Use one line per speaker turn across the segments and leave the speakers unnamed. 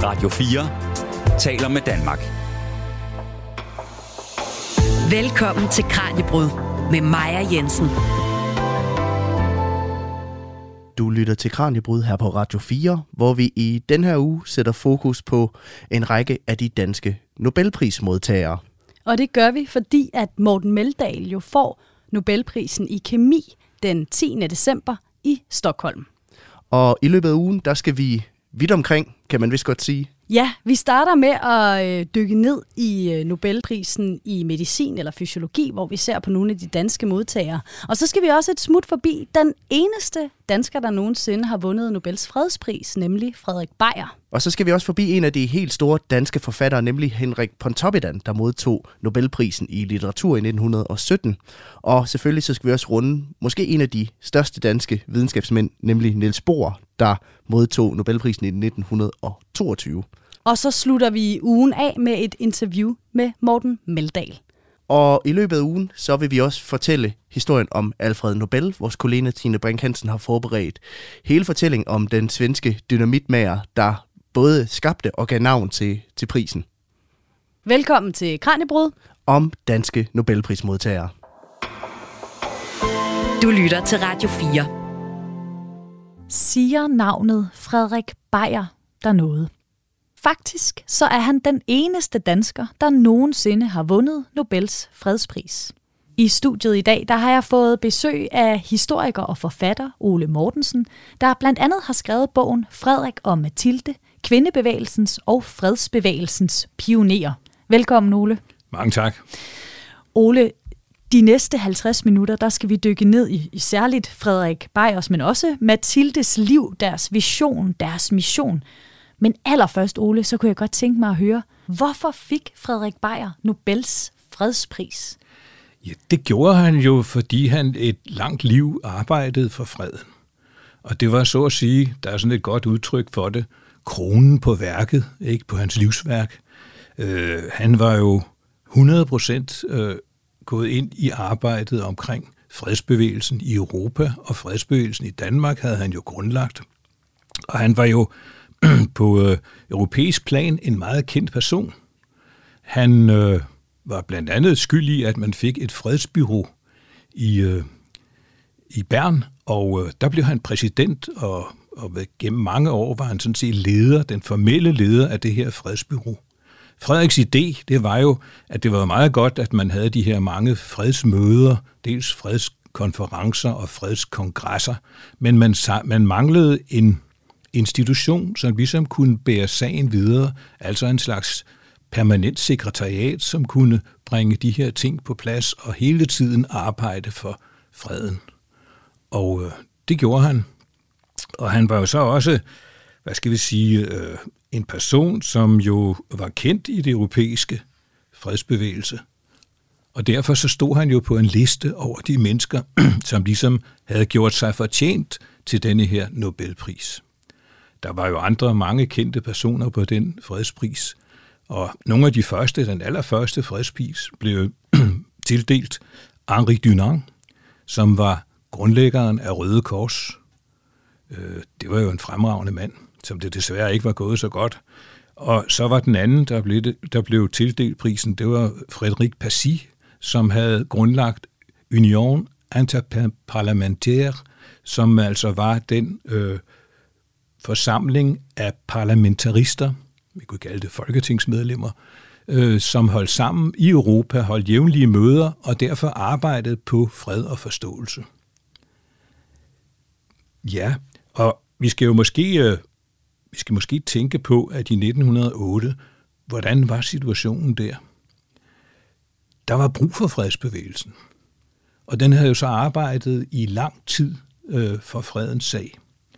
Radio 4 taler med Danmark.
Velkommen til Kraniebrud med Maja Jensen.
Du lytter til Kraniebrud her på Radio 4, hvor vi i den her uge sætter fokus på en række af de danske Nobelprismodtagere.
Og det gør vi, fordi at Morten Meldal jo får Nobelprisen i kemi den 10. december i Stockholm.
Og i løbet af ugen, der skal vi vidt omkring, kan man vist godt sige.
Ja, vi starter med at dykke ned i Nobelprisen i medicin eller fysiologi, hvor vi ser på nogle af de danske modtagere. Og så skal vi også et smut forbi den eneste dansker, der nogensinde har vundet Nobels fredspris, nemlig Frederik Beyer.
Og så skal vi også forbi en af de helt store danske forfattere, nemlig Henrik Pontoppidan, der modtog Nobelprisen i litteratur i 1917. Og selvfølgelig så skal vi også runde måske en af de største danske videnskabsmænd, nemlig Niels Bohr, der modtog Nobelprisen i 1922.
Og så slutter vi ugen af med et interview med Morten Meldal.
Og i løbet af ugen, så vil vi også fortælle historien om Alfred Nobel. Vores kollega Tine Brink Hansen har forberedt hele fortællingen om den svenske dynamitmager, der både skabte og gav navn til prisen.
Velkommen til Kraniebrud
om danske Nobelprismodtagere.
Du lytter til Radio 4.
Siger navnet Frederik Beyer der noget? Faktisk så er han den eneste dansker, der nogensinde har vundet Nobels fredspris. I studiet i dag, der har jeg fået besøg af historiker og forfatter Ole Mortensen, der blandt andet har skrevet bogen Frederik og Mathilde, kvindebevægelsens og fredsbevægelsens pionerer. Velkommen, Ole.
Mange tak.
Ole, de næste 50 minutter, der skal vi dykke ned i særligt Frederik Beyers, men også Mathildes liv, deres vision, deres mission. Men allerførst, Ole, så kunne jeg godt tænke mig at høre, hvorfor fik Frederik Beyer Nobels fredspris?
Ja, det gjorde han jo, fordi han et langt liv arbejdede for freden. Og det var så at sige, der er sådan et godt udtryk for det, kronen på værket, ikke på hans livsværk. Han var jo 100% gået ind i arbejdet omkring fredsbevægelsen i Europa, og fredsbevægelsen i Danmark havde han jo grundlagt. Og han var jo på europæisk plan en meget kendt person. Han var blandt andet skyld i, at man fik et fredsbyrå i Bern, og der blev han præsident, og gennem mange år var han sådan set leder, den formelle leder af det her fredsbyrå. Frederiks idé, det var jo, at det var meget godt, at man havde de her mange fredsmøder, dels fredskonferencer og fredskongresser, men man manglede en institution, som ligesom kunne bære sagen videre, altså en slags permanent sekretariat, som kunne bringe de her ting på plads og hele tiden arbejde for freden. Og det gjorde han. Og han var jo så også, en person, som jo var kendt i det europæiske fredsbevægelse. Og derfor så stod han jo på en liste over de mennesker, som ligesom havde gjort sig fortjent til denne her Nobelpris. Der var jo mange kendte personer på den fredspris, og nogle af de første, den allerførste fredspris, blev tildelt Henri Dunant, som var grundlæggeren af Røde Kors. Det var jo en fremragende mand, som det desværre ikke var gået så godt. Og så var den anden, der blev tildelt prisen, det var Frédéric Passy, som havde grundlagt Union Interparlementaire, som altså var den forsamling af parlamentarister, vi kunne kalde det folketingsmedlemmer, som holdt sammen i Europa, holdt jævnlige møder og derfor arbejdede på fred og forståelse. Ja, og vi skal måske tænke på, at i 1908, hvordan var situationen der? Der var brug for fredsbevægelsen, og den havde jo så arbejdet i lang tid for fredens sag.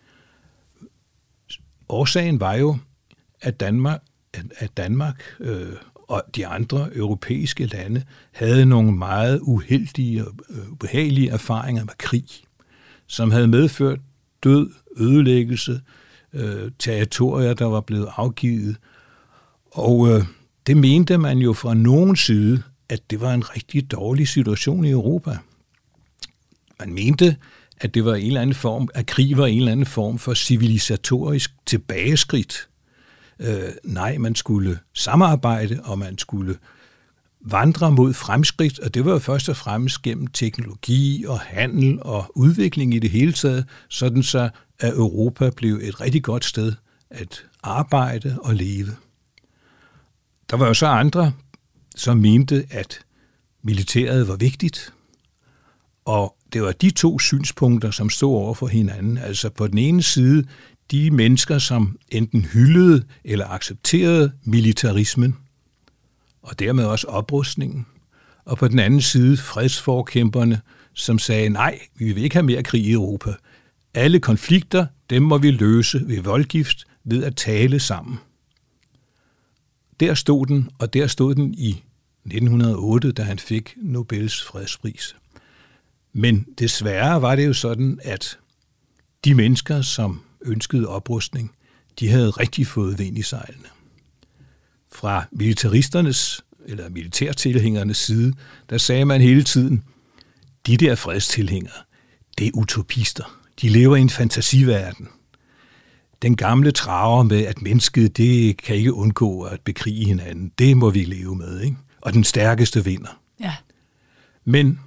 Årsagen var jo, at Danmark og de andre europæiske lande havde nogle meget uheldige og ubehagelige erfaringer med krig, som havde medført død, ødelæggelse, territorier, der var blevet afgivet. Og det mente man jo fra nogen side, at det var en rigtig dårlig situation i Europa. Man mente, at det var en eller anden form, at krig var en eller anden form for civilisatorisk tilbageskridt. Nej, man skulle samarbejde, og man skulle vandre mod fremskridt, og det var jo først og fremmest gennem teknologi og handel og udvikling i det hele taget, sådan så at Europa blev et rigtig godt sted at arbejde og leve. Der var jo så andre, som mente, at militæret var vigtigt, og det var de to synspunkter, som stod over for hinanden. Altså på den ene side, de mennesker, som enten hyldede eller accepterede militarismen, og dermed også oprustningen. Og på den anden side, fredsforkæmperne, som sagde, nej, vi vil ikke have mere krig i Europa. Alle konflikter, dem må vi løse ved voldgift, ved at tale sammen. Der stod den i 1908, da han fik Nobels fredspris. Men desværre var det jo sådan, at de mennesker, som ønskede oprustning, de havde rigtig fået vind i sejlene. Fra militaristernes eller militærtilhængernes side, der sagde man hele tiden, de der fredstilhængere, det er utopister. De lever i en fantasiverden. Den gamle traver med, at mennesket, det kan ikke undgå at bekrige hinanden. Det må vi leve med, ikke? Og den stærkeste vinder.
Ja.
Men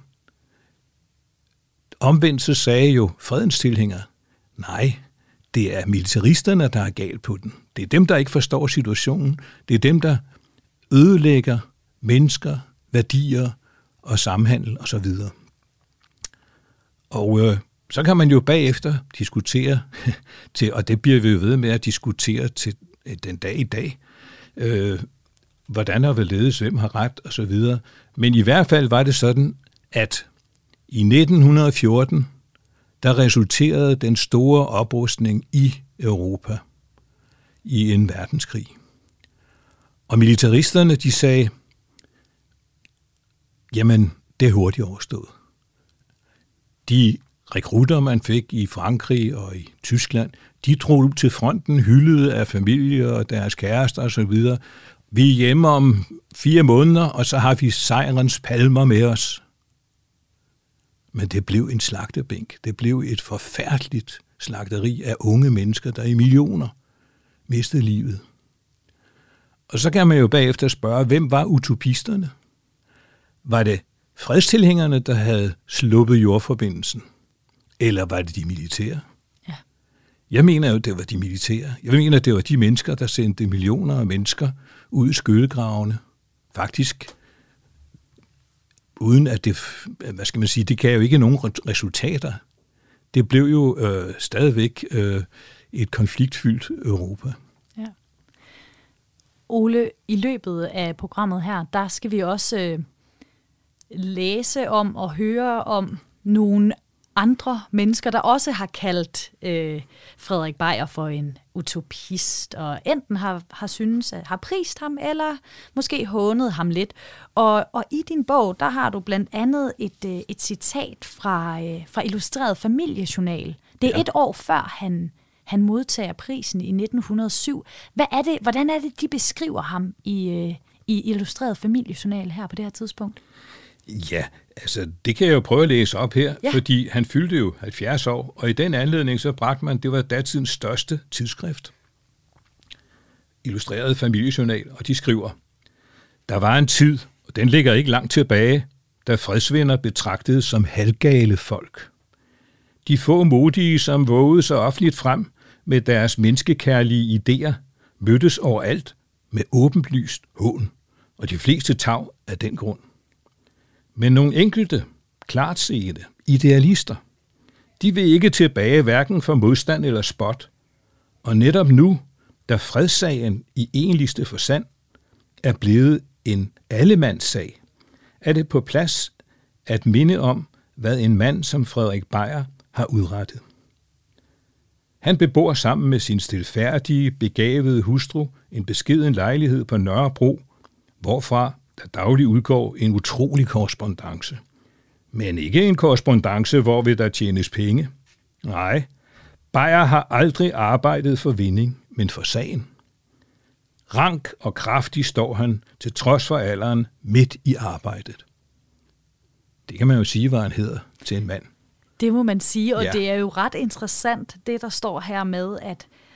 omvendt så sagde jo fredens tilhængere, nej, det er militaristerne, der er galt på den. Det er dem, der ikke forstår situationen. Det er dem, der ødelægger mennesker, værdier og samhandel osv. Og så kan man jo bagefter diskutere, og det bliver vi jo ved med at diskutere til den dag i dag, hvordan og hvorledes, hvem har ret osv. Men i hvert fald var det sådan, at i 1914, der resulterede den store oprustning i Europa i en verdenskrig. Og militaristerne, de sagde, jamen, det er hurtigt overstået. De rekrutter, man fik i Frankrig og i Tyskland, de drog til fronten, hyldede af familier og deres kærester osv. Vi er hjemme om 4 måneder, og så har vi sejrens palmer med os. Men det blev en slagterbænk. Det blev et forfærdeligt slagteri af unge mennesker, der i millioner mistede livet. Og så kan man jo bagefter spørge, hvem var utopisterne? Var det fredstilhængerne, der havde sluppet jordforbindelsen? Eller var det de militære?
Ja.
Jeg mener jo, det var de militære. Jeg mener, det var de mennesker, der sendte millioner af mennesker ud i skyttegravene. Faktisk uden at det, hvad skal man sige, det gav jo ikke nogen resultater. Det blev jo stadigvæk et konfliktfyldt Europa.
Ja. Ole, i løbet af programmet her, der skal vi også læse om og høre om nogle andre mennesker, der også har kaldt Frederik Beyer for en utopist, og enten har synes, at har prist ham, eller måske hånet ham lidt. Og i din bog, der har du blandt andet et citat fra Illustreret Familiejournal. Det er et år før han modtager prisen i 1907. Hvordan er det, de beskriver ham i Illustreret Familiejournal her på det her tidspunkt?
Ja, altså det kan jeg jo prøve at læse op her, fordi han fyldte jo 70 år, og i den anledning så bragte man, det var datidens største tidsskrift, Illustreret Familiejournal, og de skriver, der var en tid, og den ligger ikke langt tilbage, da fredsvenner betragtedes som halvgale folk. De få modige, som vågede sig offentligt frem med deres menneskekærlige idéer, mødtes overalt med åbenlyst hån, og de fleste tav af den grund. Men nogle enkelte, klartseende, idealister, de vil ikke tilbage hverken for modstand eller spot. Og netop nu, da fredssagen i egentligste forstand er blevet en allemandssag, er det på plads at minde om, hvad en mand som Frederik Beyer har udrettet. Han bebor sammen med sin stilfærdige, begavede hustru en beskeden lejlighed på Nørrebro, hvorfra der dagligt udgår en utrolig korrespondance. Men ikke en korrespondance, hvor vil der tjenes penge. Nej, Beyer har aldrig arbejdet for vinding, men for sagen. Rank og kraftig står han, til trods for alderen, midt i arbejdet. Det kan man jo sige, var en hæder til en mand.
Det må man sige, og det er jo ret interessant, det der står her med, at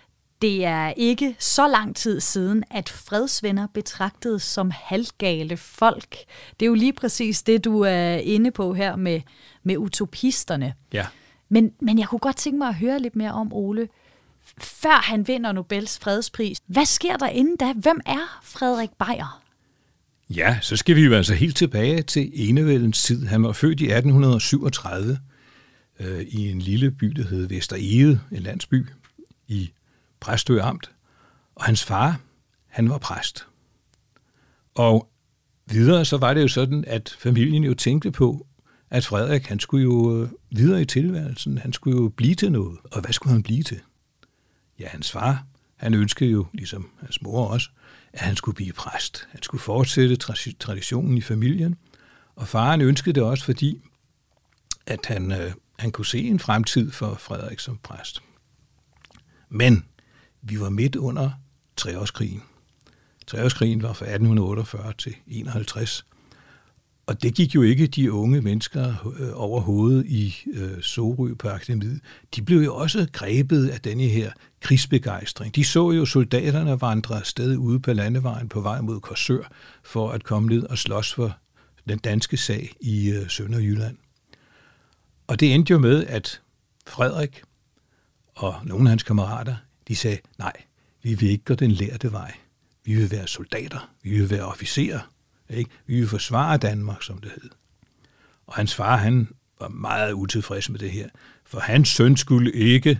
Det er ikke så lang tid siden, at fredsvenner betragtedes som halvgale folk. Det er jo lige præcis det, du er inde på her med utopisterne.
Ja.
Men jeg kunne godt tænke mig at høre lidt mere om, Ole. Før han vinder Nobels fredspris, hvad sker der inden da? Hvem er Frederik Beyer?
Ja, så skal vi jo altså helt tilbage til enevældens tid. Han var født i 1837 i en lille by, der hed Vester Egede, en landsby i Præstø Amt. Og hans far, han var præst. Og videre så var det jo sådan, at familien jo tænkte på, at Frederik, han skulle jo videre i tilværelsen. Han skulle jo blive til noget. Og hvad skulle han blive til? Ja, hans far, han ønskede jo, ligesom hans mor også, at han skulle blive præst. Han skulle fortsætte traditionen i familien. Og faren ønskede det også, fordi at han kunne se en fremtid for Frederik som præst. Men vi var midt under Treårskrigen. Treårskrigen var fra 1848 til 51. Og det gik jo ikke de unge mennesker over hovedet i Sorø på akademiet. De blev jo også grebet af denne her krigsbegejstring. De så jo soldaterne vandre afsted ude på landevejen på vej mod Korsør for at komme ned og slås for den danske sag i Sønderjylland. Og det endte jo med, at Frederik og nogle af hans kammerater, de sagde, nej, vi vil ikke gå den lærte vej. Vi vil være soldater. Vi vil være officerer. Ikke? Vi vil forsvare Danmark, som det hed. Og hans far, han var meget utilfreds med det her, for hans søn skulle ikke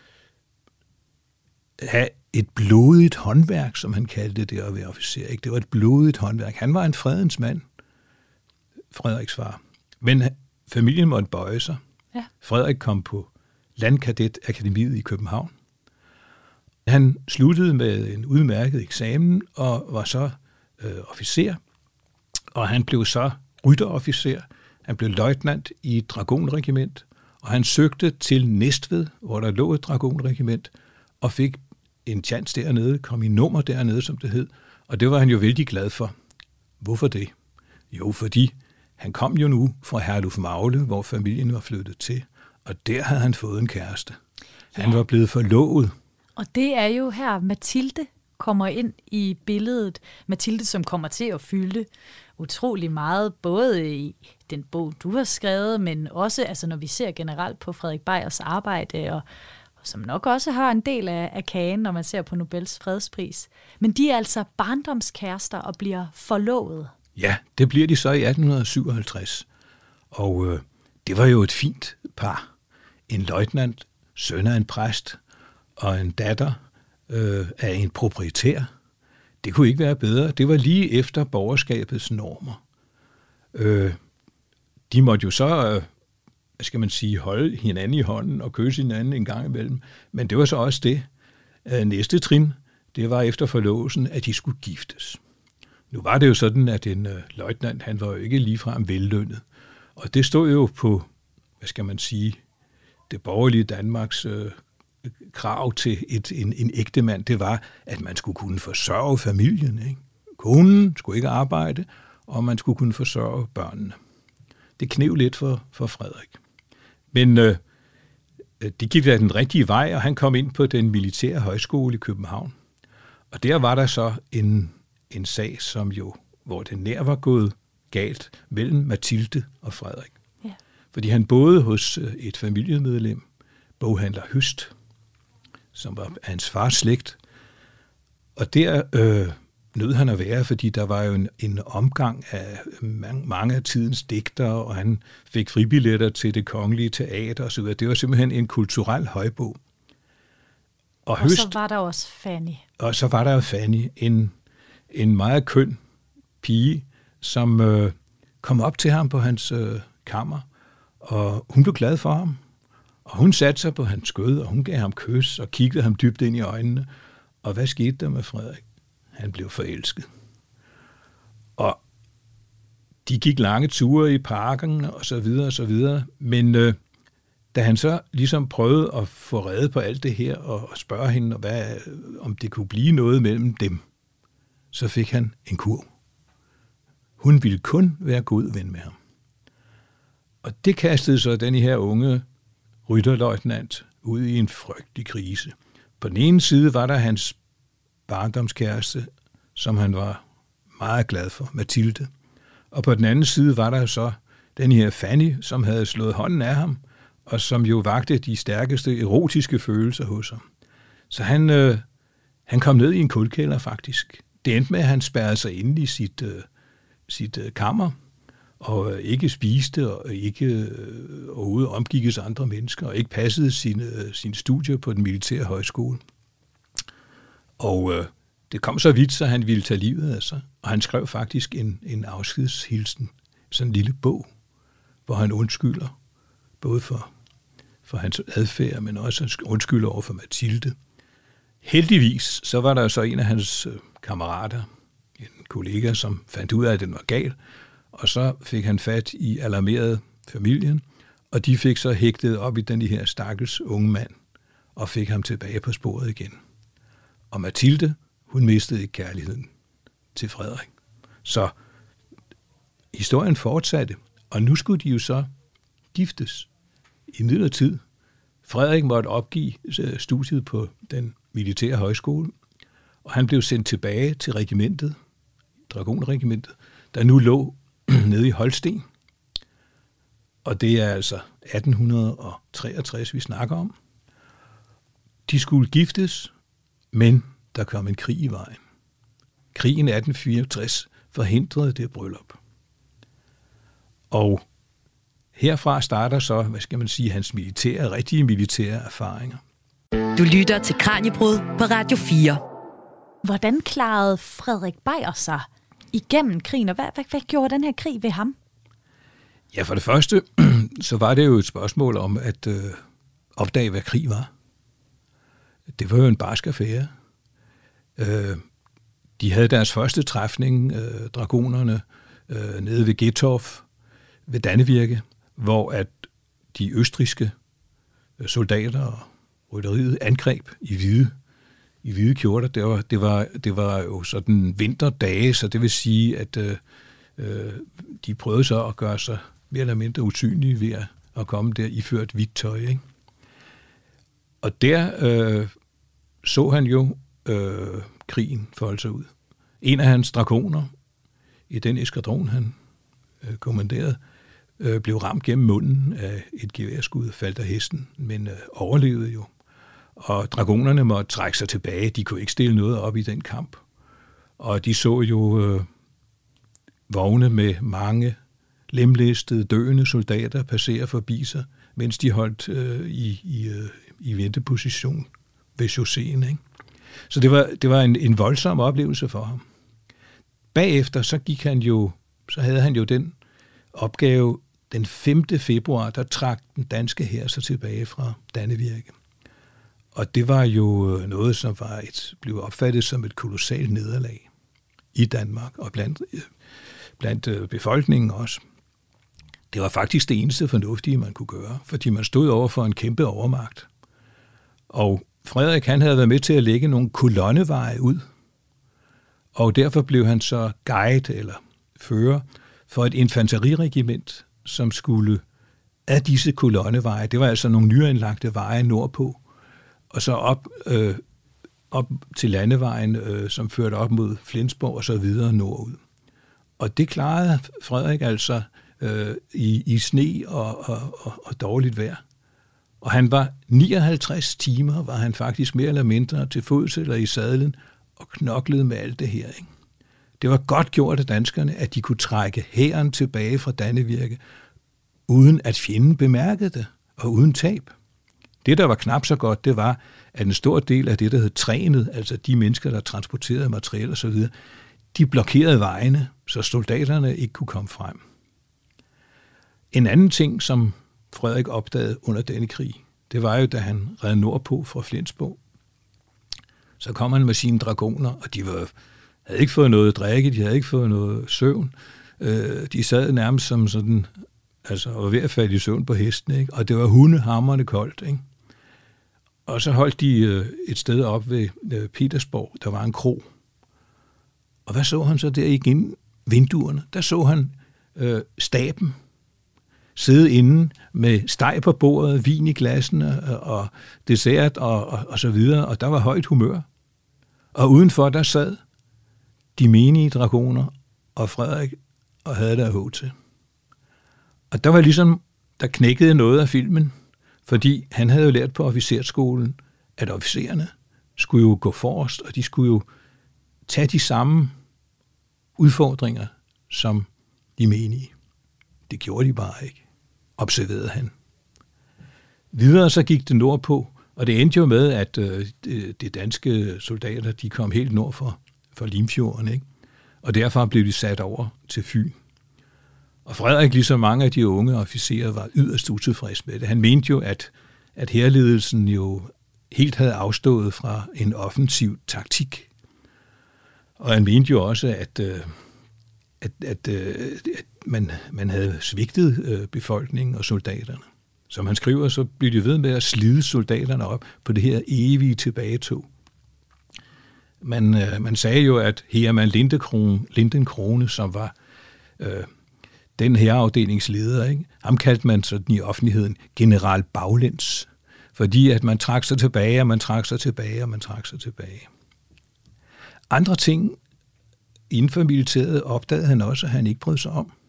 have et blodigt håndværk, som han kaldte det at være officer. Ikke? Det var et blodigt håndværk. Han var en fredens mand, Frederiks far. Men familien måtte bøje sig. Ja. Frederik kom på Landkadetakademiet i København. Han sluttede med en udmærket eksamen og var så officer. Og han blev så rytterofficer. Han blev løjtnant i et dragonregiment, og han søgte til Næstved, hvor der lå et dragonregiment, og fik en chance dernede, kom i nummer dernede, som det hed, og det var han jo vældig glad for. Hvorfor det? Jo, fordi han kom jo nu fra Herlufmagle, hvor familien var flyttet til, og der havde han fået en kæreste. Han var blevet forlovet. Og
det er jo her, Mathilde kommer ind i billedet. Mathilde, som kommer til at fylde utrolig meget, både i den bog, du har skrevet, men også altså, når vi ser generelt på Frederik Beyers arbejde, og som nok også har en del af kagen, når man ser på Nobels fredspris. Men de er altså barndomskærester og bliver forlovet.
Ja, det bliver de så i 1857. Og det var jo et fint par. En løjtnant, søn af en præst, og en datter af en proprietær. Det kunne ikke være bedre. Det var lige efter borgerskabets normer. De måtte jo så, skal man sige, holde hinanden i hånden og kysse hinanden en gang imellem. Men det var så også det. Næste trin, det var efter forlovelsen, at de skulle giftes. Nu var det jo sådan, at en løjtnant, han var jo ikke ligefrem vellønnet. Og det stod jo på, skal man sige, det borgerlige Danmarks krav til en ægtemand, det var, at man skulle kunne forsørge familien. Ikke? Konen skulle ikke arbejde, og man skulle kunne forsørge børnene. Det knev lidt for Frederik. Men det gik da den rigtige vej, og han kom ind på den militære højskole i København. Og der var der så en sag, hvor det nær var gået galt mellem Mathilde og Frederik. Ja. Fordi han boede hos et familiemedlem, boghandler Høst, som var hans fars slægt. Og der nød han at være, fordi der var jo en omgang af mange af tidens digtere, og han fik fribilletter til Det Kongelige Teater osv. Det var simpelthen en kulturel højbog.
Og så var der også Fanny.
Og så var der jo Fanny, en meget køn pige, som kom op til ham på hans kammer, og hun blev glad for ham. Og hun satte sig på hans skød, og hun gav ham kys og kiggede ham dybt ind i øjnene. Og hvad skete der med Frederik? Han blev forelsket. Og de gik lange ture i parken og så videre og så videre. Men da han så ligesom prøvede at få rede på alt det her og spørge hende, om det kunne blive noget mellem dem, så fik han en kurv. Hun ville kun være god ven med ham. Og det kastede så den her unge rytterløjtnant ud i en frygtelig krise. På den ene side var der hans barndomskæreste, som han var meget glad for, Mathilde. Og på den anden side var der så den her Fanny, som havde slået hånden af ham, og som jo vagte de stærkeste erotiske følelser hos ham. Så han kom ned i en kulkælder faktisk. Det endte med, at han spærrede sig inde i sit kammer, og ikke spiste, og ikke overhovedet omgikkes andre mennesker, og ikke passede sine studier på den militære højskole. Og det kom så vidt, så han ville tage livet af sig, og han skrev faktisk en afskedshilsen, sådan en lille bog, hvor han undskylder, både for hans adfærd, men også undskylder over for Mathilde. Heldigvis, så var der så en af hans kammerater, en kollega, som fandt ud af, at den var gal, og så fik han fat i alarmeret familien, og de fik så hægtet op i den her stakkels unge mand, og fik ham tilbage på sporet igen. Og Mathilde, hun mistede ikke kærligheden til Frederik. Så historien fortsatte, og nu skulle de jo så giftes. I midlertid. Frederik måtte opgive studiet på den militære højskole, og han blev sendt tilbage til regimentet, dragonregimentet, der nu lå nede i Holsten. Og det er altså 1863, vi snakker om. De skulle giftes, men der kom en krig i vejen. Krigen 1864 forhindrede det bryllup. Og herfra starter så, hans rigtige militære erfaringer.
Du lytter til Kraniebrud på Radio 4.
Hvordan klarede Frederik Beyer sig igennem krigen, og hvad gjorde den her krig ved ham?
Ja, for det første, så var det jo et spørgsmål om at opdage, hvad krig var. Det var jo en barsk affære. De havde deres første træfning, dragonerne, nede ved Gethorf, ved Dannevirke, hvor at de østrigske soldater og rytteriet angreb i hvide kjorter. Det var jo sådan vinterdage, så det vil sige, at de prøvede så at gøre sig mere eller mindre usynlige ved at komme der iført hvidt tøj. Ikke? Og der så han jo krigen folde sig ud. En af hans dragoner i den eskadron, han kommanderede, blev ramt gennem munden af et geværskud, faldt af hesten, men overlevede jo. Og dragonerne måtte trække sig tilbage. De kunne ikke stille noget op i den kamp. Og de så jo vogne med mange lemlæstede, døende soldater passere forbi sig, mens de holdt i venteposition ved chausséen. Ikke? Så det var en voldsom oplevelse for ham. Bagefter så havde han jo den opgave, den 5. februar, der trak den danske hær sig tilbage fra Dannevirke. Og det var jo noget, som blev opfattet som et kolossalt nederlag i Danmark og blandt befolkningen også. Det var faktisk det eneste fornuftige, man kunne gøre, fordi man stod over for en kæmpe overmagt. Og Frederik, han havde været med til at lægge nogle kolonneveje ud, og derfor blev han så guide eller fører for et infanteriregiment, som skulle af disse kolonneveje, det var altså nogle nyanlagte veje nordpå, og så op til landevejen, som førte op mod Flensborg og så videre nordud. Og det klarede Frederik altså i sne og dårligt vejr. Og han var 59 timer, var han faktisk mere eller mindre til fods eller i sadlen og knoklede med alt det her. Ikke? Det var godt gjort af danskerne, at de kunne trække hæren tilbage fra Dannevirke, uden at fjenden bemærkede det, og uden tab. Det, der var knap så godt, det var, at en stor del af det, der hed trænet, altså de mennesker, der transporterede materiel osv., de blokerede vejene, så soldaterne ikke kunne komme frem. En anden ting, som Frederik opdagede under denne krig, det var jo, da han red nordpå fra Flensborg. Så kom han med sine dragoner, og de havde ikke fået noget at drikke, de havde ikke fået noget søvn. De sad nærmest som sådan, altså var ved at falde i søvn på hesten, ikke? Og det var hundehamrende koldt, ikke? Og så holdt de et sted op ved Petersborg, der var en kro. Og hvad så han så der igen? Vinduerne. Der så han staben. sidde inde med steg på bordet, vin i glassene og dessert og så videre, og der var højt humør. Og udenfor, der sad de menige dragoner og Frederik og havde der H til. Og der var ligesom, der knækkede noget af filmen, fordi han havde jo lært på officerskolen, at officererne skulle jo gå forrest, og de skulle jo tage de samme udfordringer som de menige. Det gjorde de bare ikke, observerede han. Videre så gik det nordpå, og det endte jo med, at de danske soldater, de kom helt nord for Limfjorden, ikke? Og derfor blev de sat over til Fyn. Og Frederik, ligesom mange af de unge officerer, var yderst utilfreds med det. Han mente jo, at hærledelsen jo helt havde afstået fra en offensiv taktik. Og han mente jo også, at man havde svigtet befolkningen og soldaterne. Som han skriver, så blev de ved med at slide soldaterne op på det her evige tilbagetog. Man sagde jo, at Hermann Lindenkrone, som var den her afdelingsleder, ikke? Ham kaldte man sådan i offentligheden general Baglæns, fordi at man trak sig tilbage, og man trak sig tilbage, og man trak sig tilbage. Andre ting inden for militæret opdagede han også, at han ikke brød sig om.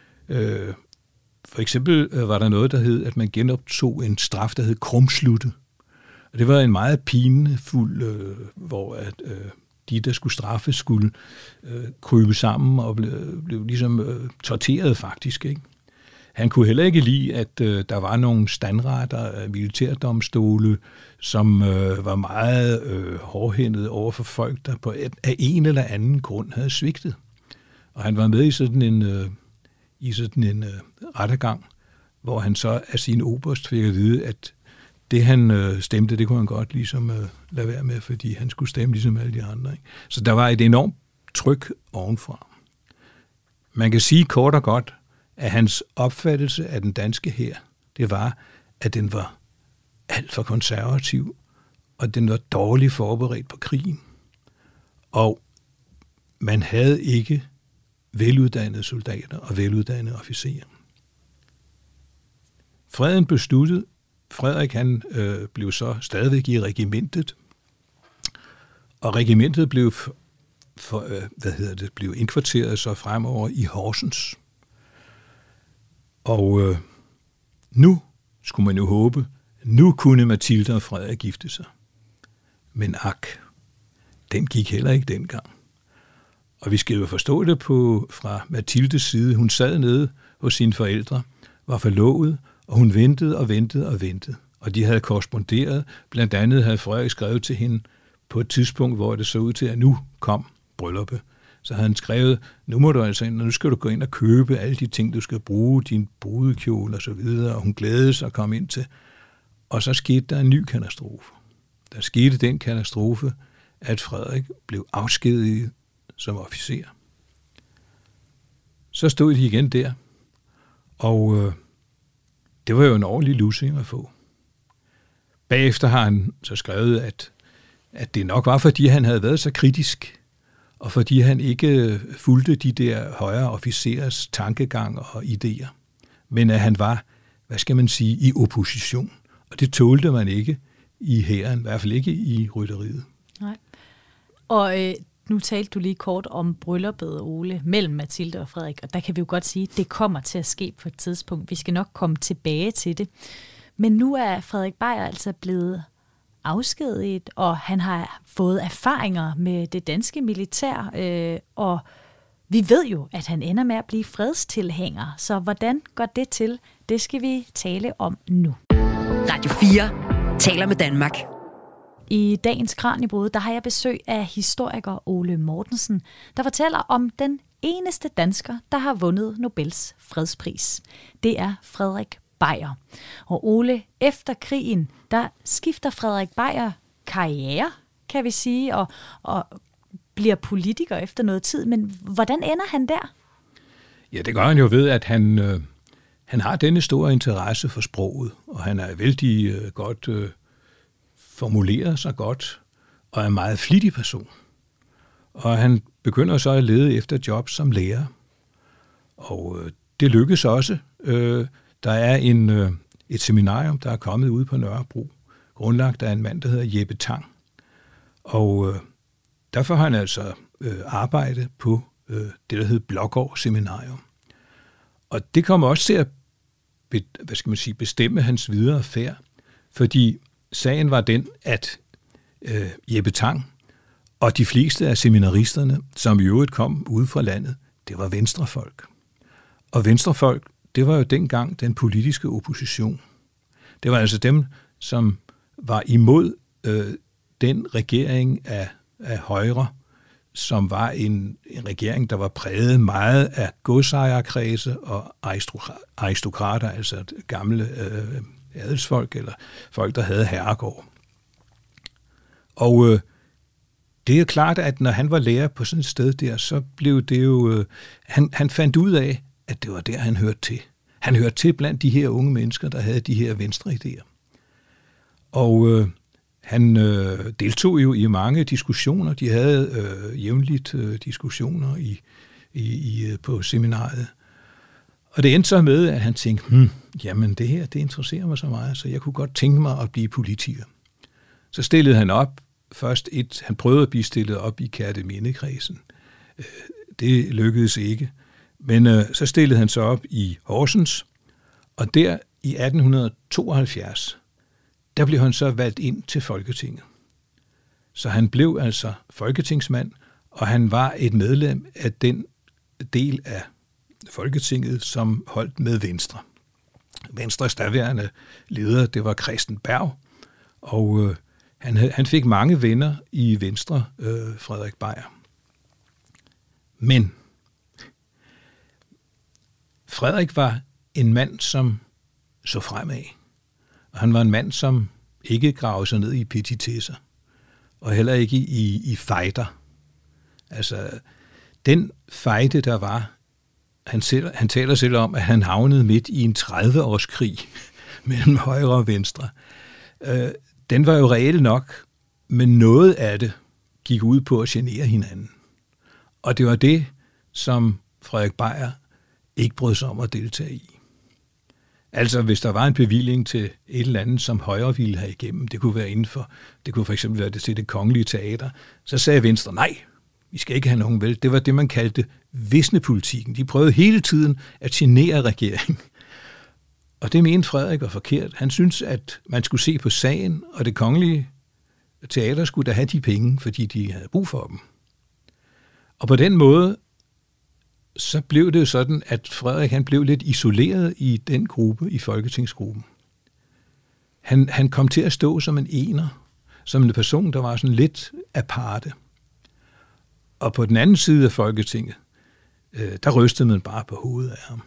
For eksempel var der noget, der hed, at man genoptog en straf, der hed krumslutte. Og det var en meget pinefuld, hvor de, der skulle straffes, skulle krybe sammen og blev ligesom torteret faktisk, ikke? Han kunne heller ikke lide, at der var nogle standretter af militærdomstole, som var meget hårdhændet over for folk, der på af en eller anden grund havde svigtet. Og han var med i sådan en rettergang, hvor han så af sin oberst fik at vide, at det han stemte, det kunne han godt ligesom lade være med, fordi han skulle stemme ligesom alle de andre, ikke? Så der var et enormt tryk ovenfra. Man kan sige kort og godt, at hans opfattelse af den danske hær, det var, at den var alt for konservativ, og den var dårligt forberedt på krigen. Og man havde ikke veluddannede soldater og veluddannede officerer. Freden blev sluttet. Frederik han blev så stadigvæk i regimentet, og regimentet blev blev indkvarteret så fremover i Horsens. Og nu skulle man jo håbe, nu kunne Mathilde og Frederik gifte sig. Men den gik heller ikke dengang. Og vi skal jo forstå det fra Mathildes side. Hun sad nede hos sine forældre, var forlovet, og hun ventede og ventede og ventede. Og de havde korresponderet. Blandt andet havde Frederik skrevet til hende på et tidspunkt, hvor det så ud til, at nu kom brylluppet. Så havde han skrevet, nu må du altså ind, og nu skal du gå ind og købe alle de ting, du skal bruge, din brudekjole og så videre. Og hun glædede sig at komme ind til. Og så skete der en ny katastrofe. Der skete den katastrofe, at Frederik blev afskediget som officer. Så stod de igen der, og det var jo en ordentlig lussing at få. Bagefter har han så skrevet, at det nok var, fordi han havde været så kritisk, og fordi han ikke fulgte de der højere officerers tankegang og idéer, men at han var, hvad skal man sige, i opposition. Og det tålte man ikke i hæren, i hvert fald ikke i rytteriet.
Nej. Og nu talte du lige kort om brylluppet, Ole, mellem Mathilde og Frederik, og der kan vi jo godt sige, at det kommer til at ske på et tidspunkt. Vi skal nok komme tilbage til det. Men nu er Frederik Beyer altså blevet afskediget, og han har fået erfaringer med det danske militær, og vi ved jo, at han ender med at blive fredstilhænger. Så hvordan går det til? Det skal vi tale om nu.
Radio 4 taler med Danmark.
I dagens Kraniebrud, der har jeg besøg af historiker Ole Mortensen, der fortæller om den eneste dansker, der har vundet Nobels fredspris. Det er Frederik Beyer. Og Ole, efter krigen, der skifter Frederik Beyer karriere, kan vi sige, og bliver politiker efter noget tid. Men hvordan ender han der?
Ja, det gør han jo ved, at han har denne store interesse for sproget, og han er vældig godt formulerer sig godt, og er en meget flittig person. Og han begynder så at lede efter job som lærer. Og det lykkes også. Der er et seminarium, der er kommet ude på Nørrebro, grundlagt af en mand, der hedder Jeppe Tang. Og derfor har han altså arbejdet på det, der hedder Blågård Seminarium. Og det kommer også til at bestemme hans videre færd, fordi sagen var den, at Jeppe Tang og de fleste af seminaristerne, som i øvrigt kom ude fra landet, det var venstrefolk. Og venstrefolk, det var jo dengang den politiske opposition. Det var altså dem, som var imod den regering af Højre, som var en regering, der var præget meget af godsejerkredse og aristokrater, altså gamle adelsfolk eller folk, der havde herregård. Og det er klart, at når han var lærer på sådan et sted der, så blev det jo... Han fandt ud af, at det var der, han hørte til. Han hørte til blandt de her unge mennesker, der havde de her venstre idéer. Og han deltog jo i mange diskussioner. De havde jævnligt diskussioner på seminariet. Og det endte så med, at han tænkte, jamen det her, det interesserer mig så meget, så jeg kunne godt tænke mig at blive politiker. Så stillede han op. Han prøvede at blive stillet op i Kertemindekredsen. Det lykkedes ikke. Men så stillede han sig op i Horsens, og der i 1872, der blev han så valgt ind til Folketinget. Så han blev altså folketingsmand, og han var et medlem af den del af Folketinget, som holdt med Venstre. Venstres daværende leder, det var Christen Berg, og han fik mange venner i Venstre, Frederik Beyer. Men Frederik var en mand, som så fremad. Og han var en mand, som ikke gravede sig ned i petitesser, og heller ikke i fejder. Altså, den fejde, der var, han taler selv om, at han havnede midt i en 30-årskrig mellem højre og venstre. Den var jo reel nok, men noget af det gik ud på at genere hinanden. Og det var det, som Frederik Beyer ikke brød sig om at deltage i. Altså, hvis der var en bevilling til et eller andet, som Højre ville have igennem, det kunne være det kunne for eksempel være det til Det Kongelige Teater, så sagde Venstre, nej, vi skal ikke have nogen vel. Det var det, man kaldte visnepolitikken. De prøvede hele tiden at genere regeringen. Og det mente Frederik var forkert. Han syntes, at man skulle se på sagen, og Det Kongelige Teater skulle da have de penge, fordi de havde brug for dem. Og på den måde, så blev det jo sådan, at Frederik han blev lidt isoleret i den gruppe, i folketingsgruppen. Han kom til at stå som en ener, som en person, der var sådan lidt aparte. Og på den anden side af Folketinget, der rystede man bare på hovedet af ham.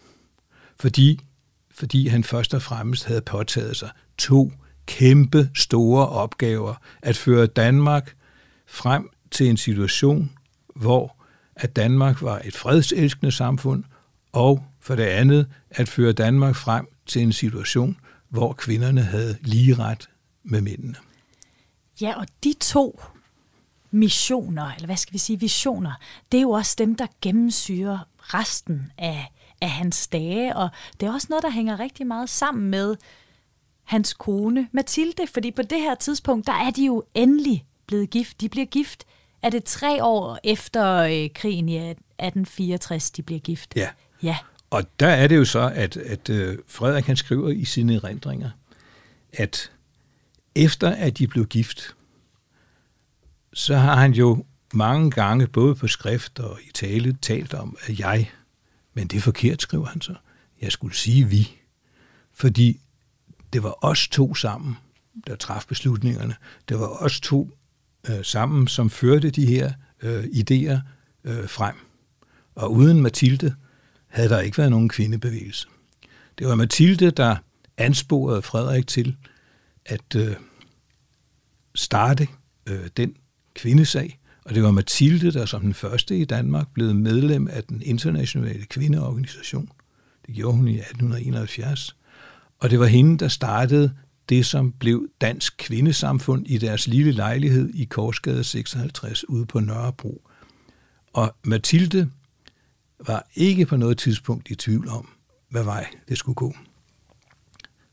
Fordi han først og fremmest havde påtaget sig 2 kæmpe store opgaver. At føre Danmark frem til en situation, hvor at Danmark var et fredselskende samfund, og for det andet at føre Danmark frem til en situation, hvor kvinderne havde lige ret med mændene.
Ja, og de 2 missioner, eller hvad skal vi sige, visioner, det er jo også dem, der gennemsyrer resten af hans dage, og det er også noget, der hænger rigtig meget sammen med hans kone Mathilde, fordi på det her tidspunkt, der er de jo endelig blevet gift. De bliver gift. Er det 3 år efter krigen i 1864, de bliver gift?
Ja. Og der er det jo så, at Frederik han skriver i sine erindringer, at efter at de blev gift, så har han jo mange gange, både på skrift og i tale, talt om, at men det er forkert, skriver han så. Jeg skulle sige vi, fordi det var os 2 sammen, der traf beslutningerne. Det var os 2 sammen, som førte de her idéer frem. Og uden Mathilde havde der ikke været nogen kvindebevægelse. Det var Mathilde, der ansporede Frederik til at starte den kvindesag, og det var Mathilde, der som den første i Danmark blev medlem af den internationale kvindeorganisation. Det gjorde hun i 1871, og det var hende, der startede det, som blev Dansk Kvindesamfund i deres lille lejlighed i Korsgade 56 ude på Nørrebro. Og Mathilde var ikke på noget tidspunkt i tvivl om, hvad vej det skulle gå.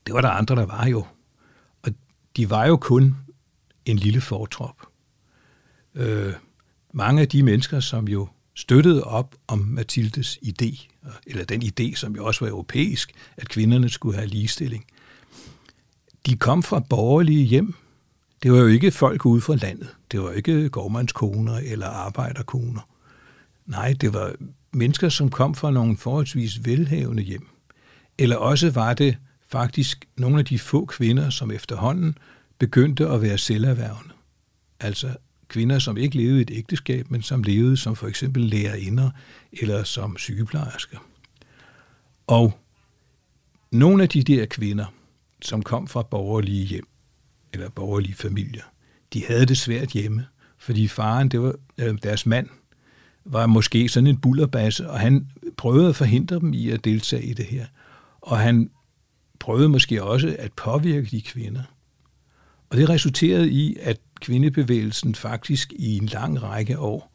Det var der andre, der var jo. Og de var jo kun en lille fortrop. Mange af de mennesker, som jo støttede op om Mathildes idé, eller den idé, som jo også var europæisk, at kvinderne skulle have ligestilling, de kom fra borgerlige hjem. Det var jo ikke folk ude fra landet. Det var jo ikke gårdmandskoner eller arbejderkoner. Nej, det var mennesker, som kom fra nogle forholdsvis velhavende hjem. Eller også var det faktisk nogle af de få kvinder, som efterhånden begyndte at være selverhvervende. Altså kvinder, som ikke levede i et ægteskab, men som levede som for eksempel lærerinder eller som sygeplejersker. Og nogle af de der kvinder, som kom fra borgerlige hjem, eller borgerlige familier, de havde det svært hjemme, fordi faren, det var deres mand, var måske sådan en bullerbasse, og han prøvede at forhindre dem i at deltage i det her. Og han prøvede måske også at påvirke de kvinder. Og det resulterede i, at kvindebevægelsen faktisk i en lang række år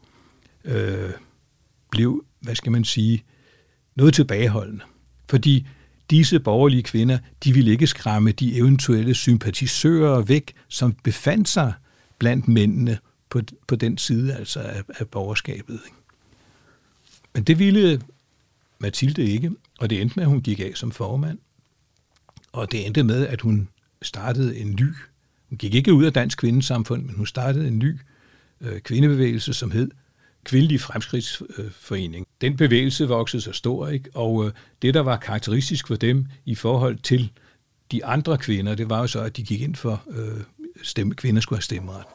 blev, noget tilbageholdende. Fordi disse borgerlige kvinder, de ville ikke skræmme de eventuelle sympatisører væk, som befandt sig blandt mændene på den side altså af borgerskabet. Men det ville Mathilde ikke, og det endte med, at hun gik af som formand. Og det endte med, at hun startede en ny. Hun gik ikke ud af Dansk Kvindesamfund, men hun startede en ny kvindebevægelse, som hed Kvindelig Fremskridtsforening. Den bevægelse voksede så stor, ikke? Og det, der var karakteristisk for dem i forhold til de andre kvinder, det var jo så, at de gik ind for, kvinder skulle have stemmeret.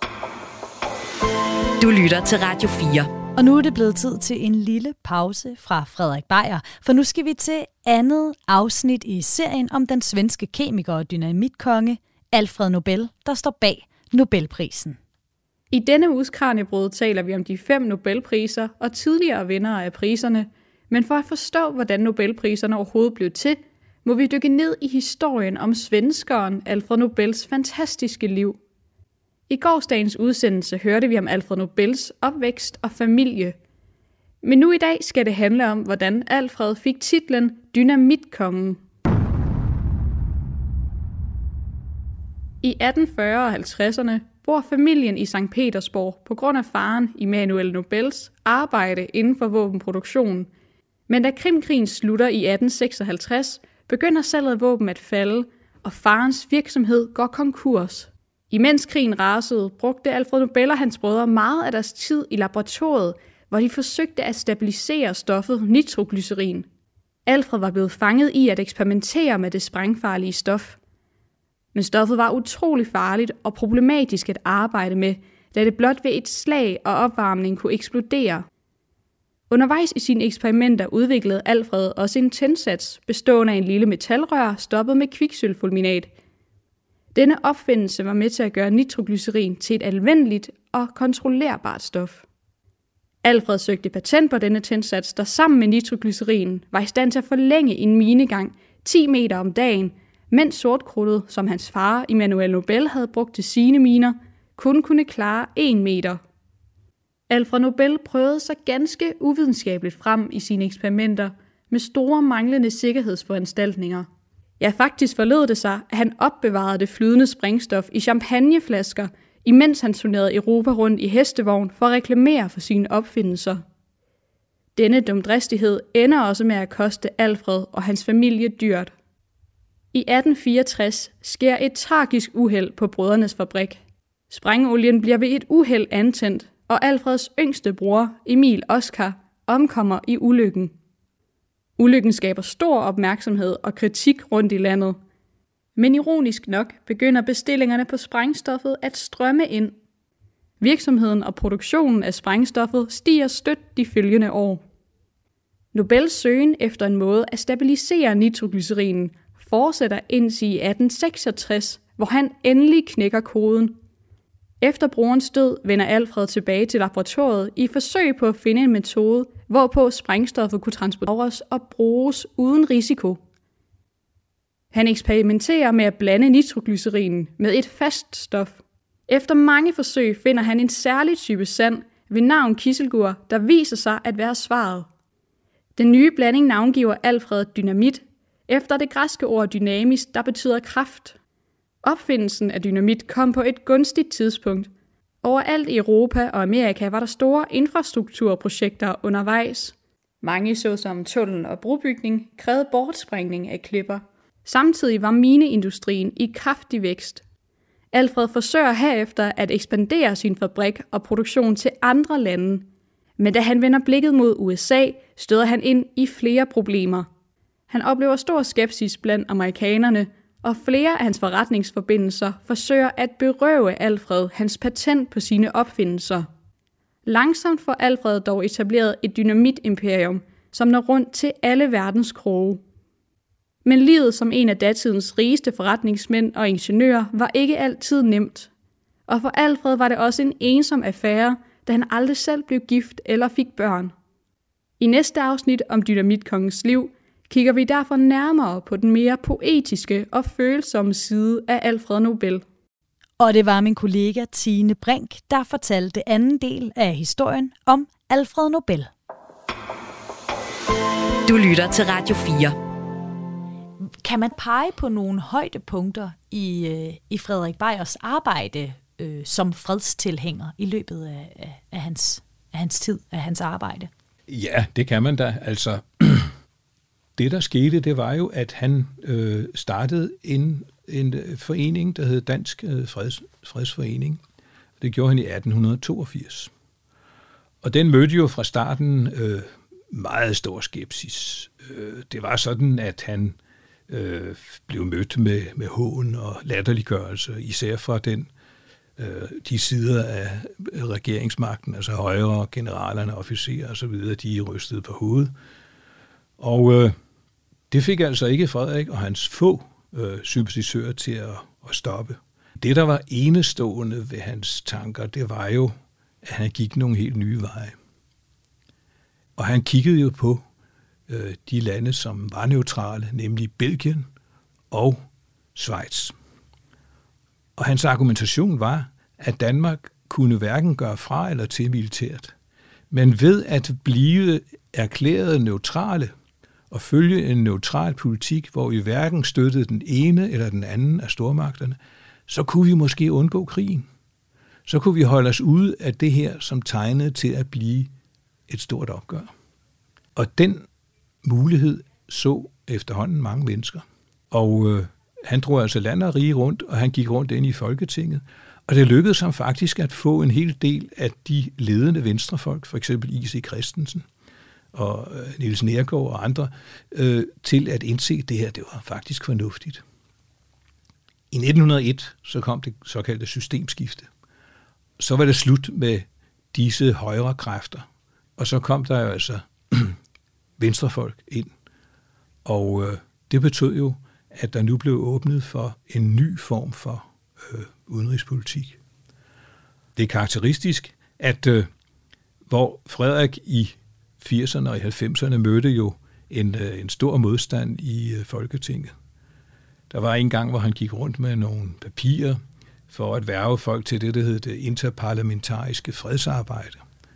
Du lytter til Radio 4.
Og nu er det blevet tid til en lille pause fra Frederik Beyer, for nu skal vi til andet afsnit i serien om den svenske kemiker og dynamitkonge Alfred Nobel, der står bag Nobelprisen.
I denne uges Kraniebrud taler vi om de 5 Nobelpriser og tidligere vindere af priserne, men for at forstå, hvordan Nobelpriserne overhovedet blev til, må vi dykke ned i historien om svenskeren Alfred Nobels fantastiske liv. I gårsdagens udsendelse hørte vi om Alfred Nobels opvækst og familie. Men nu i dag skal det handle om, hvordan Alfred fik titlen Dynamitkongen. I 1840 og 50'erne bor familien i Sankt Petersborg på grund af faren Emanuel Nobels arbejde inden for våbenproduktion. Men da Krimkrigen slutter i 1856, begynder salget af våben at falde, og farens virksomhed går konkurs. Imens krigen rasede, brugte Alfred Nobel og hans brødre meget af deres tid i laboratoriet, hvor de forsøgte at stabilisere stoffet nitroglycerin. Alfred var blevet fanget i at eksperimentere med det sprængfarlige stof. Men stoffet var utrolig farligt og problematisk at arbejde med, da det blot ved et slag og opvarmning kunne eksplodere. Undervejs i sine eksperimenter udviklede Alfred også en tændsats bestående af en lille metalrør stoppet med kviksølvfulminat. Denne opfindelse var med til at gøre nitroglycerin til et anvendeligt og kontrollerbart stof. Alfred søgte patent på denne tændsats, der sammen med nitroglycerin var i stand til at forlænge en minegang 10 meter om dagen, mens sortkrudtet, som hans far Emanuel Nobel havde brugt til sine miner, kun kunne klare 1 meter. Alfred Nobel prøvede sig ganske uvidenskabeligt frem i sine eksperimenter med store manglende sikkerhedsforanstaltninger. Ja, faktisk forlod det sig, at han opbevarede det flydende sprængstof i champagneflasker, imens han turnerede Europa rundt i hestevogn for at reklamere for sine opfindelser. Denne dumdristighed ender også med at koste Alfred og hans familie dyrt. I 1864 sker et tragisk uheld på brødrenes fabrik. Sprængolien bliver ved et uheld antændt, og Alfreds yngste bror, Emil Oskar, omkommer i ulykken. Ulykken skaber stor opmærksomhed og kritik rundt i landet. Men ironisk nok begynder bestillingerne på sprængstoffet at strømme ind. Virksomheden og produktionen af sprængstoffet stiger støt de følgende år. Nobels søgen efter en måde at stabilisere nitroglycerinen fortsætter indtil i 1866, hvor han endelig knækker koden. Efter brorens død vender Alfred tilbage til laboratoriet i forsøg på at finde en metode, hvorpå sprængstoffet kunne transporteres og bruges uden risiko. Han eksperimenterer med at blande nitroglycerinen med et fast stof. Efter mange forsøg finder han en særlig type sand ved navn kiselgur, der viser sig at være svaret. Den nye blanding navngiver Alfred dynamit, efter det græske ord dynamisk, der betyder kraft. Opfindelsen af dynamit kom på et gunstigt tidspunkt. Overalt i Europa og Amerika var der store infrastrukturprojekter undervejs. Mange såsom tunnel og brobygning krævede bortsprængning af klipper. Samtidig var mineindustrien i kraftig vækst. Alfred forsøger herefter at ekspandere sin fabrik og produktion til andre lande. Men da han vender blikket mod USA, støder han ind i flere problemer. Han oplever stor skepsis blandt amerikanerne, og flere af hans forretningsforbindelser forsøger at berøve Alfred hans patent på sine opfindelser. Langsomt får Alfred dog etableret et dynamitimperium, som når rundt til alle verdens kroge. Men livet som en af datidens rigeste forretningsmænd og ingeniører var ikke altid nemt. Og for Alfred var det også en ensom affære, da han aldrig selv blev gift eller fik børn. I næste afsnit om dynamitkongens liv kigger vi derfor nærmere på den mere poetiske og følsomme side af Alfred Nobel.
Og det var min kollega Tine Brink, der fortalte anden del af historien om Alfred Nobel.
Du lytter til Radio 4.
Kan man pege på nogle højdepunkter i Frederik Beyers arbejde som fredstilhænger i løbet af hans tid, af hans arbejde?
Ja, det kan man da. Altså, det der skete, det var jo, at han startede en forening, der hed Dansk Fredsforening. Det gjorde han i 1882. Og den mødte jo fra starten meget stor skepsis. Det var sådan, at han blev mødt med hån og latterliggørelse, især fra de sider af regeringsmagten, altså højere generalerne, officerer osv., de rystede på hovedet. Og det fik altså ikke Frederik og hans få sympatisører til at stoppe. Det, der var enestående ved hans tanker, det var jo, at han gik nogle helt nye veje. Og han kiggede jo på de lande, som var neutrale, nemlig Belgien og Schweiz. Og hans argumentation var, at Danmark kunne hverken gøre fra eller til militært. Men ved at blive erklæret neutrale og følge en neutral politik, hvor vi hverken støttede den ene eller den anden af stormagterne, så kunne vi måske undgå krigen. Så kunne vi holde os ude af det her, som tegnede til at blive et stort opgør. Og den mulighed så efterhånden mange mennesker. Og han drog altså land og rige rundt, og han gik rundt ind i Folketinget. Og det lykkedes ham faktisk at få en hel del af de ledende venstrefolk, for eksempel I.C. Christensen og Niels Neergaard og andre, til at indse, at det her det var faktisk fornuftigt. I 1901 så kom det såkaldte systemskifte. Så var det slut med disse højre kræfter, og så kom der jo altså venstrefolk ind. Og det betød jo, at der nu blev åbnet for en ny form for udenrigspolitik. Det er karakteristisk, at hvor Frederik i 80'erne og i 90'erne mødte jo en stor modstand i Folketinget. Der var en gang, hvor han gik rundt med nogle papirer for at hverve folk til det, der hed det interparlamentariske fredsarbejde.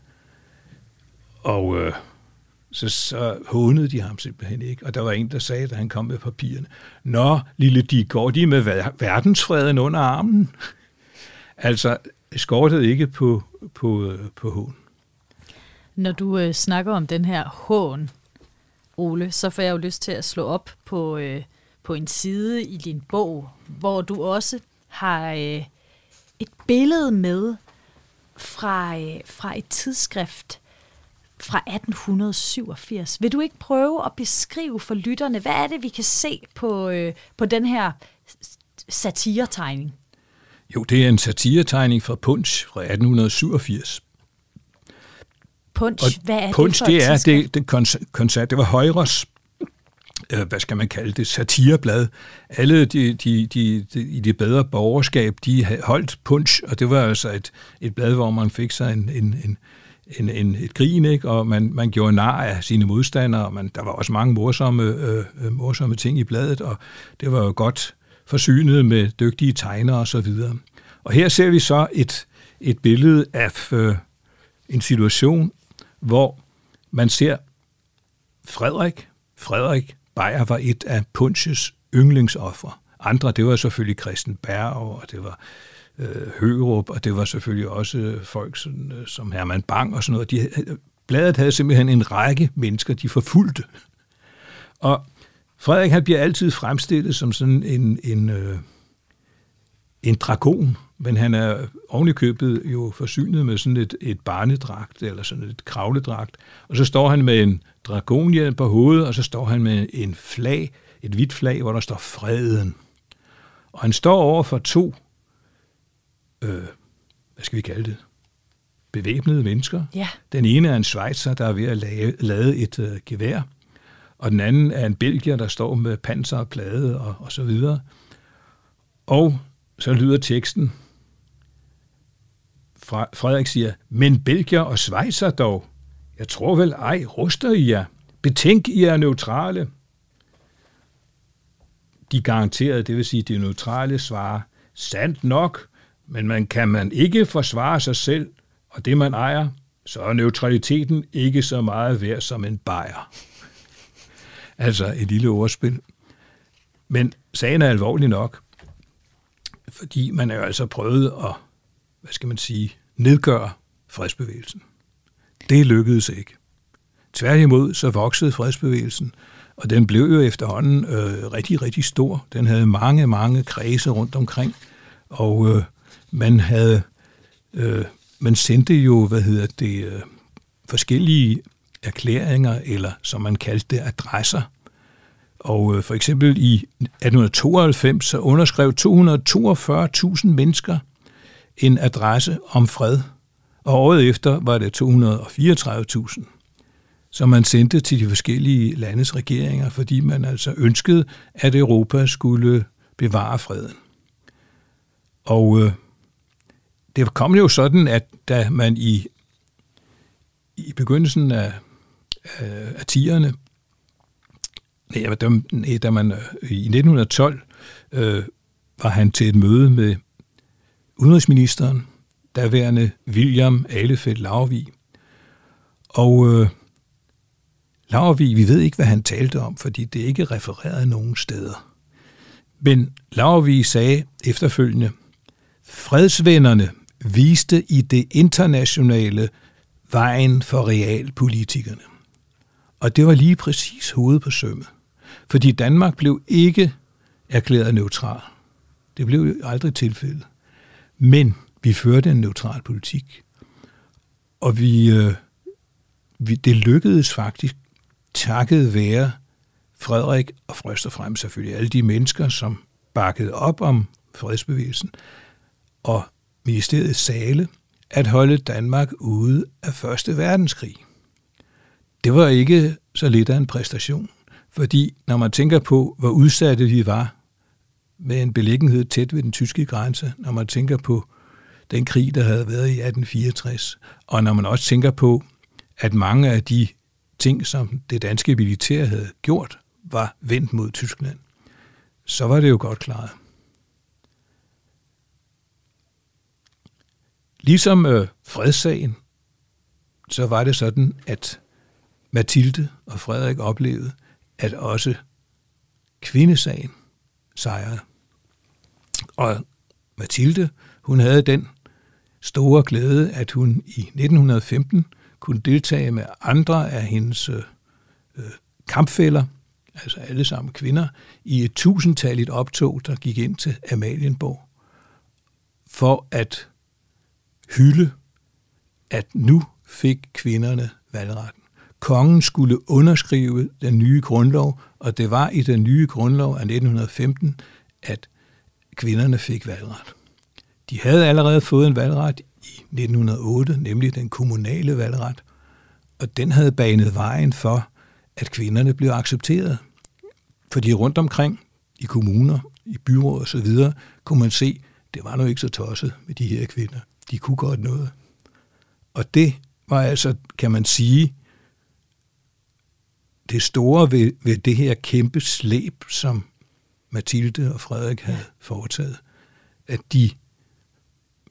Og så hånede de ham simpelthen ikke. Og der var en, der sagde, da han kom med papirerne, "Nå, lille de, går de med verdensfreden under armen?" Altså, skortede ikke på hån.
Når du snakker om den her hån, Ole, så får jeg jo lyst til at slå op på en side i din bog, hvor du også har et billede med fra et tidsskrift fra 1887. Vil du ikke prøve at beskrive for lytterne, hvad er det, vi kan se på den her satiretegning?
Jo, det er en satiretegning fra Punch fra 1887.
Punch, hvad er
Punch,
det for
det var Højres, hvad skal man kalde det, satireblad. Alle i det bedre borgerskab, de holdt Punch, og det var altså et blad, hvor man fik sig et grin, ikke? Og man gjorde nar af sine modstandere, og der var også mange morsomme ting i bladet, og det var jo godt forsynet med dygtige tegnere og så videre. Og her ser vi så et billede af en situation, hvor man ser Frederik Beyer var et af Punches yndlingsofre. Andre, det var selvfølgelig Christen Berg, og det var Hørup, og det var selvfølgelig også folk som Herman Bang og sådan noget. Bladet havde simpelthen en række mennesker, de forfulgte. Og Frederik, han bliver altid fremstillet som sådan en dragon, men han er ovenikøbet jo forsynet med sådan et barnedragt, eller sådan et kravledragt, og så står han med en dragonhjelm på hovedet, og så står han med en flag, et hvidt flag, hvor der står freden. Og han står over for to, hvad skal vi kalde det, bevæbnede mennesker. Ja. Den ene er en schweizer, der er ved at lade et gevær, og den anden er en belgier, der står med panser og plade og så videre. Og så lyder teksten, Frederik siger, men belgier og schweizer dog, jeg tror vel ej, ruster I jer. Betænk, I er neutrale. De garanterede, det vil sige, de neutrale svarer, sandt nok, men kan man ikke forsvare sig selv og det, man ejer, så er neutraliteten ikke så meget værd som en bajer. Altså et lille ordspil. Men sagen er alvorlig nok, fordi man er jo altså prøvet at, hvad skal man sige, nedgøre fredsbevægelsen. Det lykkedes ikke. Tværtimod så voksede fredsbevægelsen, og den blev jo efterhånden rigtig, rigtig stor. Den havde mange, mange kredse rundt omkring, og man sendte jo, forskellige erklæringer, eller som man kaldte det, adresser. Og for eksempel i 1892 så underskrev 242.000 mennesker en adresse om fred, og året efter var det 234.000, som man sendte til de forskellige landes regeringer, fordi man altså ønskede, at Europa skulle bevare freden. Og det kom jo sådan, at da man i begyndelsen af 10'erne, da man i 1912 var han til et møde med udenrigsministeren, daværende William Ahlefeldt Laurvig. Og Laurvig, vi ved ikke, hvad han talte om, fordi det er ikke refereret nogen steder. Men Laurvig sagde efterfølgende, fredsvennerne viste i det internationale vejen for realpolitikerne. Og det var lige præcis hovedet på sømmet. Fordi Danmark blev ikke erklæret neutral. Det blev jo aldrig tilfældet. Men vi førte en neutral politik. Og det lykkedes faktisk takket være Frederik og først og fremmest selvfølgelig alle de mennesker, som bakkede op om fredsbevægelsen og ministeriets sale, at holde Danmark ude af 1. verdenskrig. Det var ikke så lidt af en præstation, fordi når man tænker på, hvor udsatte vi var med en beliggenhed tæt ved den tyske grænse, når man tænker på den krig, der havde været i 1864, og når man også tænker på, at mange af de ting, som det danske militær havde gjort, var vendt mod Tyskland, så var det jo godt klaret. Ligesom fredssagen, så var det sådan, at Mathilde og Frederik oplevede, at også kvindesagen sejrede. Og Mathilde, hun havde den store glæde, at hun i 1915 kunne deltage med andre af hendes kampfæller, altså alle sammen kvinder, i et 1000-talligt optog, der gik ind til Amalienborg, for at hylde, at nu fik kvinderne valgretten. Kongen skulle underskrive den nye grundlov, og det var i den nye grundlov af 1915, at kvinderne fik valgret. De havde allerede fået en valgret i 1908, nemlig den kommunale valgret, og den havde banet vejen for, at kvinderne blev accepteret. Fordi rundt omkring i kommuner, i byråd og så videre, kunne man se, det var nu ikke så tosset med de her kvinder. De kunne godt noget. Og det var altså, kan man sige, det store ved det her kæmpe slæb, som Mathilde og Frederik havde foretaget, at de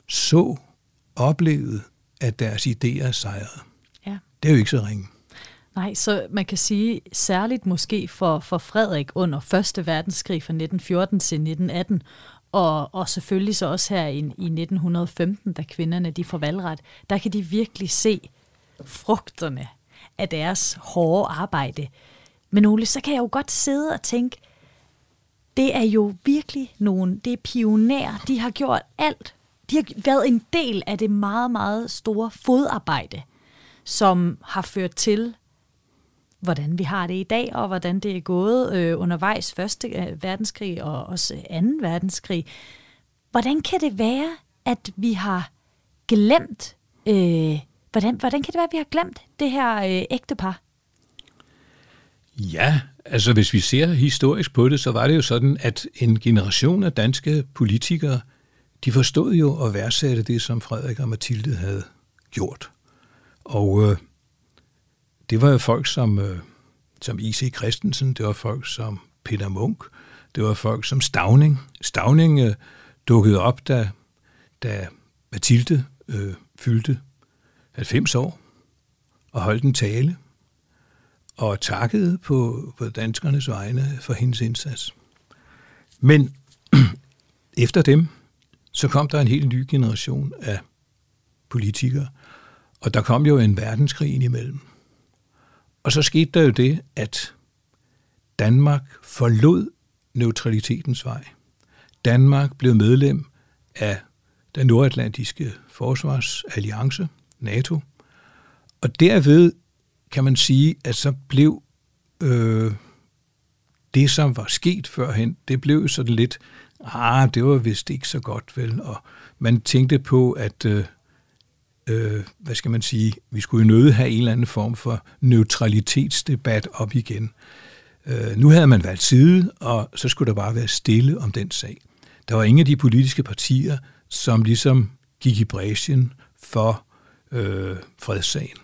oplevede, at deres idéer sejrede. Ja. Det er jo ikke så ringe.
Nej, så man kan sige, særligt måske for Frederik under 1. verdenskrig fra 1914 til 1918, og selvfølgelig så også her i 1915, da kvinderne de får valgret, der kan de virkelig se frugterne af deres hårde arbejde. Men Ole, så kan jeg jo godt sidde og tænke, det er jo virkelig det er pionerer, de har gjort alt. De har været en del af det meget, meget store fodarbejde, som har ført til, hvordan vi har det i dag, og hvordan det er gået undervejs 1. verdenskrig og også 2. verdenskrig. Hvordan kan det være, at vi har glemt, hvordan kan det være, at vi har glemt det her ægtepar?
Ja, altså hvis vi ser historisk på det, så var det jo sådan, at en generation af danske politikere, de forstod jo at værdsætte det, som Frederik og Mathilde havde gjort. Og det var jo folk som I.C. Christensen, det var folk som Peter Munk, det var folk som Stauning. Stauning dukkede op, da Mathilde fyldte 90 år og holdt en tale og takkede på danskernes vegne for hendes indsats. Men efter dem, så kom der en helt ny generation af politikere, og der kom jo en verdenskrig ind imellem. Og så skete der jo det, at Danmark forlod neutralitetens vej. Danmark blev medlem af den nordatlantiske forsvarsalliance, NATO, og derved kan man sige, at så blev det, som var sket førhen, det blev sådan lidt, det var vist ikke så godt, vel? Og man tænkte på, at hvad skal man sige, vi skulle jo nødt have en eller anden form for neutralitetsdebat op igen. Nu havde man valgt side, og så skulle der bare være stille om den sag. Der var ingen af de politiske partier, som ligesom gik i bræschen for fredssagen.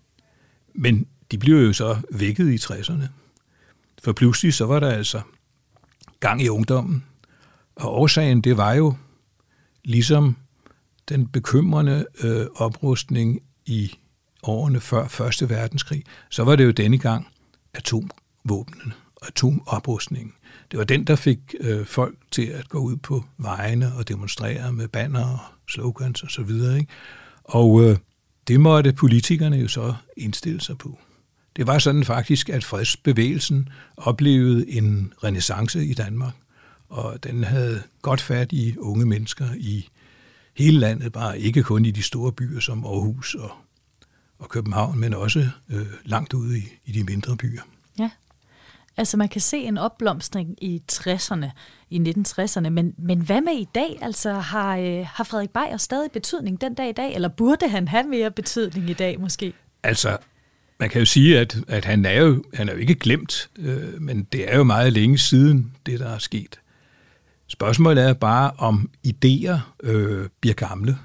Men de blev jo så vækket i 60'erne. For pludselig så var der altså gang i ungdommen. Og årsagen, det var jo ligesom den bekymrende oprustning i årene før 1. verdenskrig. Så var det jo denne gang atomvåbnene og atomoprustningen. Det var den, der fik folk til at gå ud på vejene og demonstrere med banner og slogans og så videre, ikke? Og det måtte politikerne jo så indstille sig på. Det var sådan faktisk, at fredsbevægelsen oplevede en renæssance i Danmark, og den havde godt fat i unge mennesker i hele landet, bare ikke kun i de store byer som Aarhus og København, men også langt ude i de mindre byer. Ja,
altså man kan se en opblomstring i 60'erne, i 1960'erne, men hvad med i dag? Altså har Frederik Beyer stadig betydning den dag i dag, eller burde han have mere betydning i dag måske?
Altså, man kan jo sige, at han er jo ikke glemt, men det er jo meget længe siden, det der er sket. Spørgsmålet er bare, om idéer bliver gamle.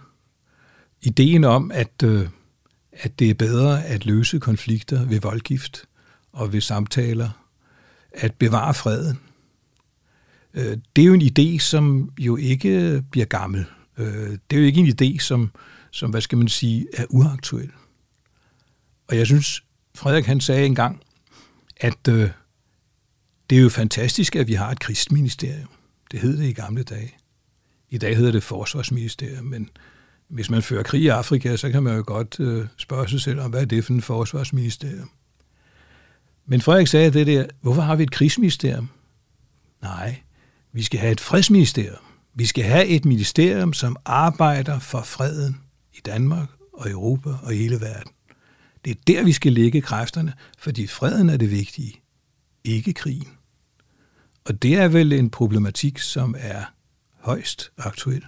Ideen om, at det er bedre at løse konflikter ved voldgift og ved samtaler, at bevare freden. Det er jo en idé, som jo ikke bliver gammel. Det er jo ikke en idé, som hvad skal man sige, er uaktuel. Og jeg synes, Frederik han sagde engang, at det er jo fantastisk, at vi har et krigsministerium. Det hed det i gamle dage. I dag hedder det forsvarsministerium, men hvis man fører krig i Afrika, så kan man jo godt spørge sig selv om, hvad er det for en forsvarsministerium? Men Frederik sagde det der, hvorfor har vi et krigsministerium? Nej, vi skal have et fredsministerium. Vi skal have et ministerium, som arbejder for freden i Danmark og Europa og hele verden. Det er der, vi skal lægge kræfterne, fordi freden er det vigtige, ikke krigen. Og det er vel en problematik, som er højst aktuel.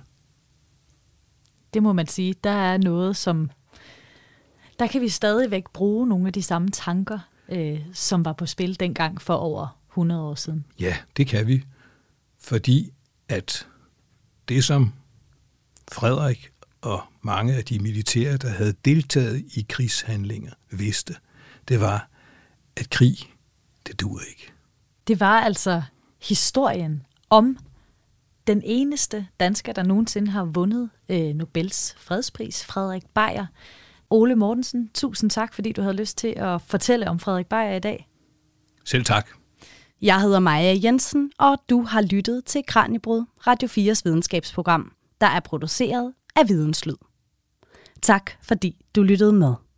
Det må man sige. Der er noget, som... Der kan vi stadigvæk bruge nogle af de samme tanker, som var på spil dengang for over 100 år siden.
Ja, det kan vi. Fordi at det, som Frederik og mange af de militære, der havde deltaget i krigshandlinger, vidste, det var, at krig, det duer ikke.
Det var altså historien om den eneste dansker, der nogensinde har vundet Nobels fredspris, Frederik Beyer, Ole Mortensen, tusind tak, fordi du havde lyst til at fortælle om Frederik Beyer i dag.
Selv tak.
Jeg hedder Maja Jensen, og du har lyttet til Kraniebrud, Radio 4's videnskabsprogram, der er produceret af Videnslyd. Tak fordi du lyttede med.